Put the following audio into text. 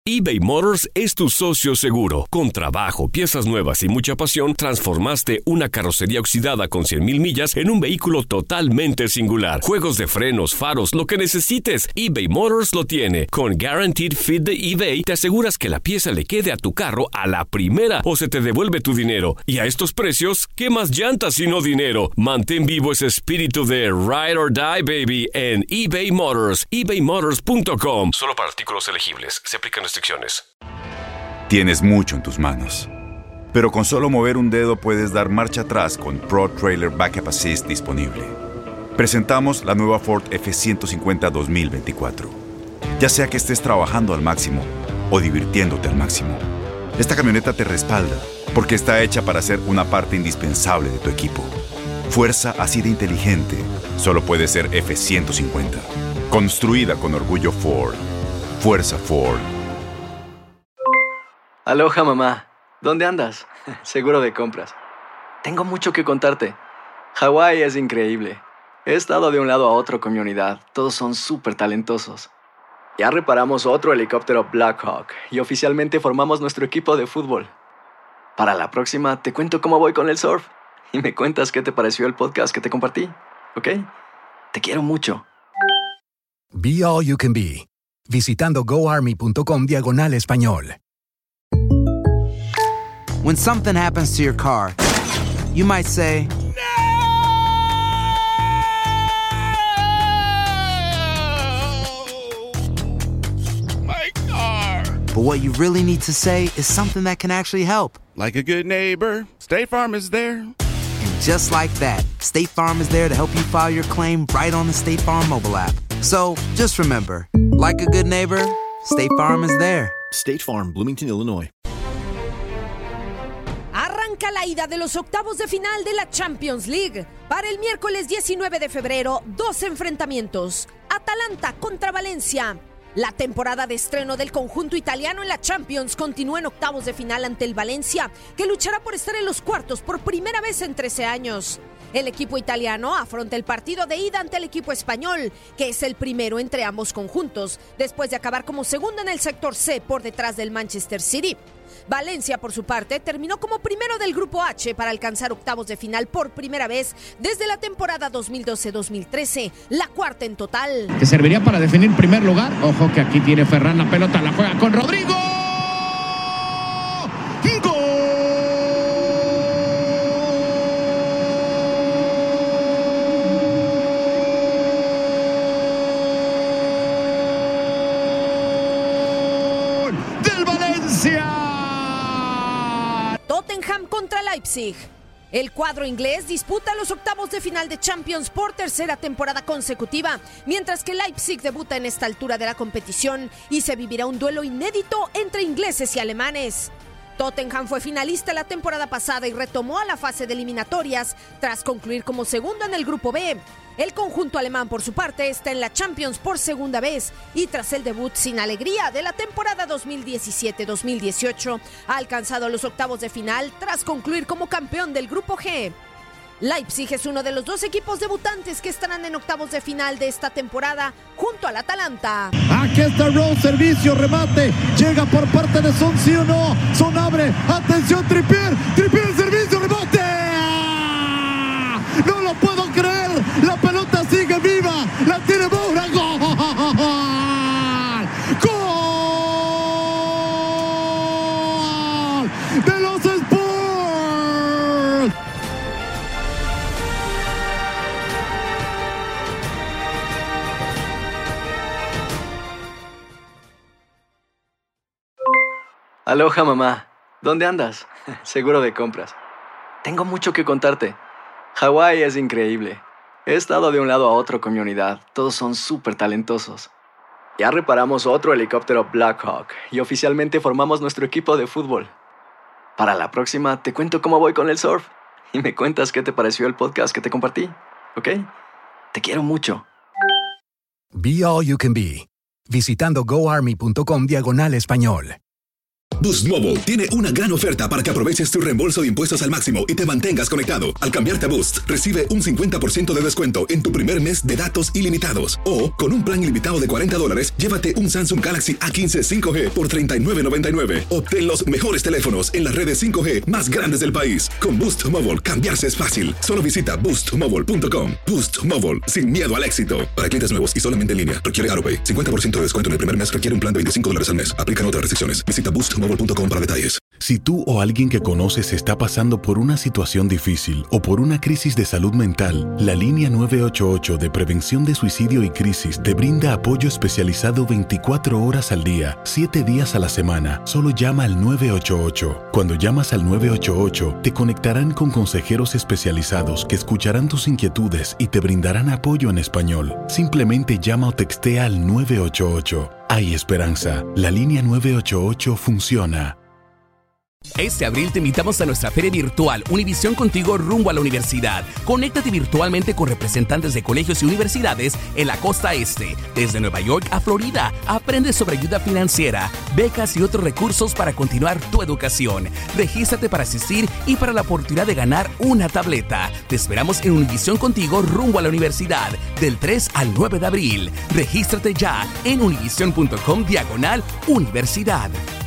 eBay Motors es tu socio seguro. Con trabajo, piezas nuevas y mucha pasión, transformaste una carrocería oxidada con 100,000 millas en un vehículo totalmente singular. Juegos de frenos, faros, lo que necesites, eBay Motors lo tiene. Con Guaranteed Fit de eBay, te aseguras que la pieza le quede a tu carro a la primera o se te devuelve tu dinero. Y a estos precios, ¿qué más llantas sino dinero? Mantén vivo ese espíritu de Ride or Die, baby, en eBay Motors. ebaymotors.com. Solo para artículos elegibles. Se aplican restricciones. Tienes mucho en tus manos, pero con solo mover un dedo puedes dar marcha atrás con Pro Trailer Backup Assist disponible. Presentamos la nueva Ford F-150 2024. Ya sea que estés trabajando al máximo o divirtiéndote al máximo, esta camioneta te respalda porque está hecha para ser una parte indispensable de tu equipo. Fuerza así de inteligente solo puede ser F-150. Construida con orgullo Ford. Fuerza Ford. Aloha, mamá. ¿Dónde andas? Seguro de compras. Tengo mucho que contarte. Hawái es increíble. He estado de un lado a otro con mi unidad. Todos son súper talentosos. Ya reparamos otro helicóptero Blackhawk y oficialmente formamos nuestro equipo de fútbol. Para la próxima te cuento cómo voy con el surf y me cuentas qué te pareció el podcast que te compartí, ¿ok? Te quiero mucho. Be All You Can Be. Visitando goarmy.com/español. When something happens to your car, you might say, My car! but what you really need to say is something that can actually help. Like a good neighbor, State Farm is there. And just like that, State Farm is there to help you file your claim right on the State Farm mobile app. So just remember, like a good neighbor, State Farm is there. State Farm, Bloomington, Illinois. Arranca la ida de los octavos de final de la Champions League. Para el miércoles 19 de febrero, 2 enfrentamientos. Atalanta contra Valencia. La temporada de estreno del conjunto italiano en la Champions continúa en octavos de final ante el Valencia, que luchará por estar en los cuartos por primera vez en 13 años. El equipo italiano afronta el partido de ida ante el equipo español, que es el primero entre ambos conjuntos, después de acabar como segundo en el sector C por detrás del Manchester City. Valencia, por su parte, terminó como primero del Grupo H para alcanzar octavos de final por primera vez desde la temporada 2012-2013, la cuarta en total. Que serviría para definir primer lugar. Ojo que aquí tiene Ferran la pelota, la juega con Rodrigo. ¡Gol! ¡Del Valencia! Tottenham contra Leipzig. El cuadro inglés disputa los octavos de final de Champions por tercera temporada consecutiva, mientras que Leipzig debuta en esta altura de la competición y se vivirá un duelo inédito entre ingleses y alemanes. Tottenham fue finalista la temporada pasada y retomó a la fase de eliminatorias tras concluir como segundo en el Grupo B. El conjunto alemán, por su parte, está en la Champions por segunda vez y tras el debut sin alegría de la temporada 2017-2018, ha alcanzado los octavos de final tras concluir como campeón del Grupo G. Leipzig es uno de los 2 equipos debutantes que estarán en octavos de final de esta temporada junto al Atalanta. Aquí está Rose, servicio, remate, llega por parte de Son, sí o no, Son abre, atención, Trippier, el servicio, remate. No lo puedo creer, la pelota sigue viva, la tiene Moura, ¡gol! ¡Gol! ¡De los Spurs! Aloha, mamá. ¿Dónde andas? Seguro de compras. Tengo mucho que contarte. Hawái es increíble. He estado de un lado a otro con mi unidad. Todos son súper talentosos. Ya reparamos otro helicóptero Blackhawk y oficialmente formamos nuestro equipo de fútbol. Para la próxima te cuento cómo voy con el surf y me cuentas qué te pareció el podcast que te compartí, ¿ok? Te quiero mucho. Be All You Can Be. Visitando goarmy.com/español. Boost Mobile tiene una gran oferta para que aproveches tu reembolso de impuestos al máximo y te mantengas conectado. Al cambiarte a Boost, recibe un 50% de descuento en tu primer mes de datos ilimitados. O, con un plan ilimitado de $40, llévate un Samsung Galaxy A15 5G por $39.99. Obtén los mejores teléfonos en las redes 5G más grandes del país. Con Boost Mobile, cambiarse es fácil. Solo visita boostmobile.com. Boost Mobile, sin miedo al éxito. Para clientes nuevos y solamente en línea, requiere AutoPay. 50% de descuento en el primer mes, requiere un plan de $25 al mes. Aplican otras restricciones. Visita boostmobile.com para detalles. Si tú o alguien que conoces está pasando por una situación difícil o por una crisis de salud mental, la línea 988 de prevención de suicidio y crisis te brinda apoyo especializado 24 horas al día, 7 días a la semana. Solo llama al 988. Cuando llamas al 988, te conectarán con consejeros especializados que escucharán tus inquietudes y te brindarán apoyo en español. Simplemente llama o textea al 988. Hay esperanza. La línea 988 funciona. Este abril te invitamos a nuestra feria virtual Univisión Contigo rumbo a la universidad. Conéctate virtualmente con representantes de colegios y universidades en la costa este, desde Nueva York a Florida. Aprende sobre ayuda financiera, becas y otros recursos para continuar tu educación. Regístrate para asistir y para la oportunidad de ganar una tableta. Te esperamos en Univisión Contigo rumbo a la universidad del 3 al 9 de abril. Regístrate ya en univision.com/universidad.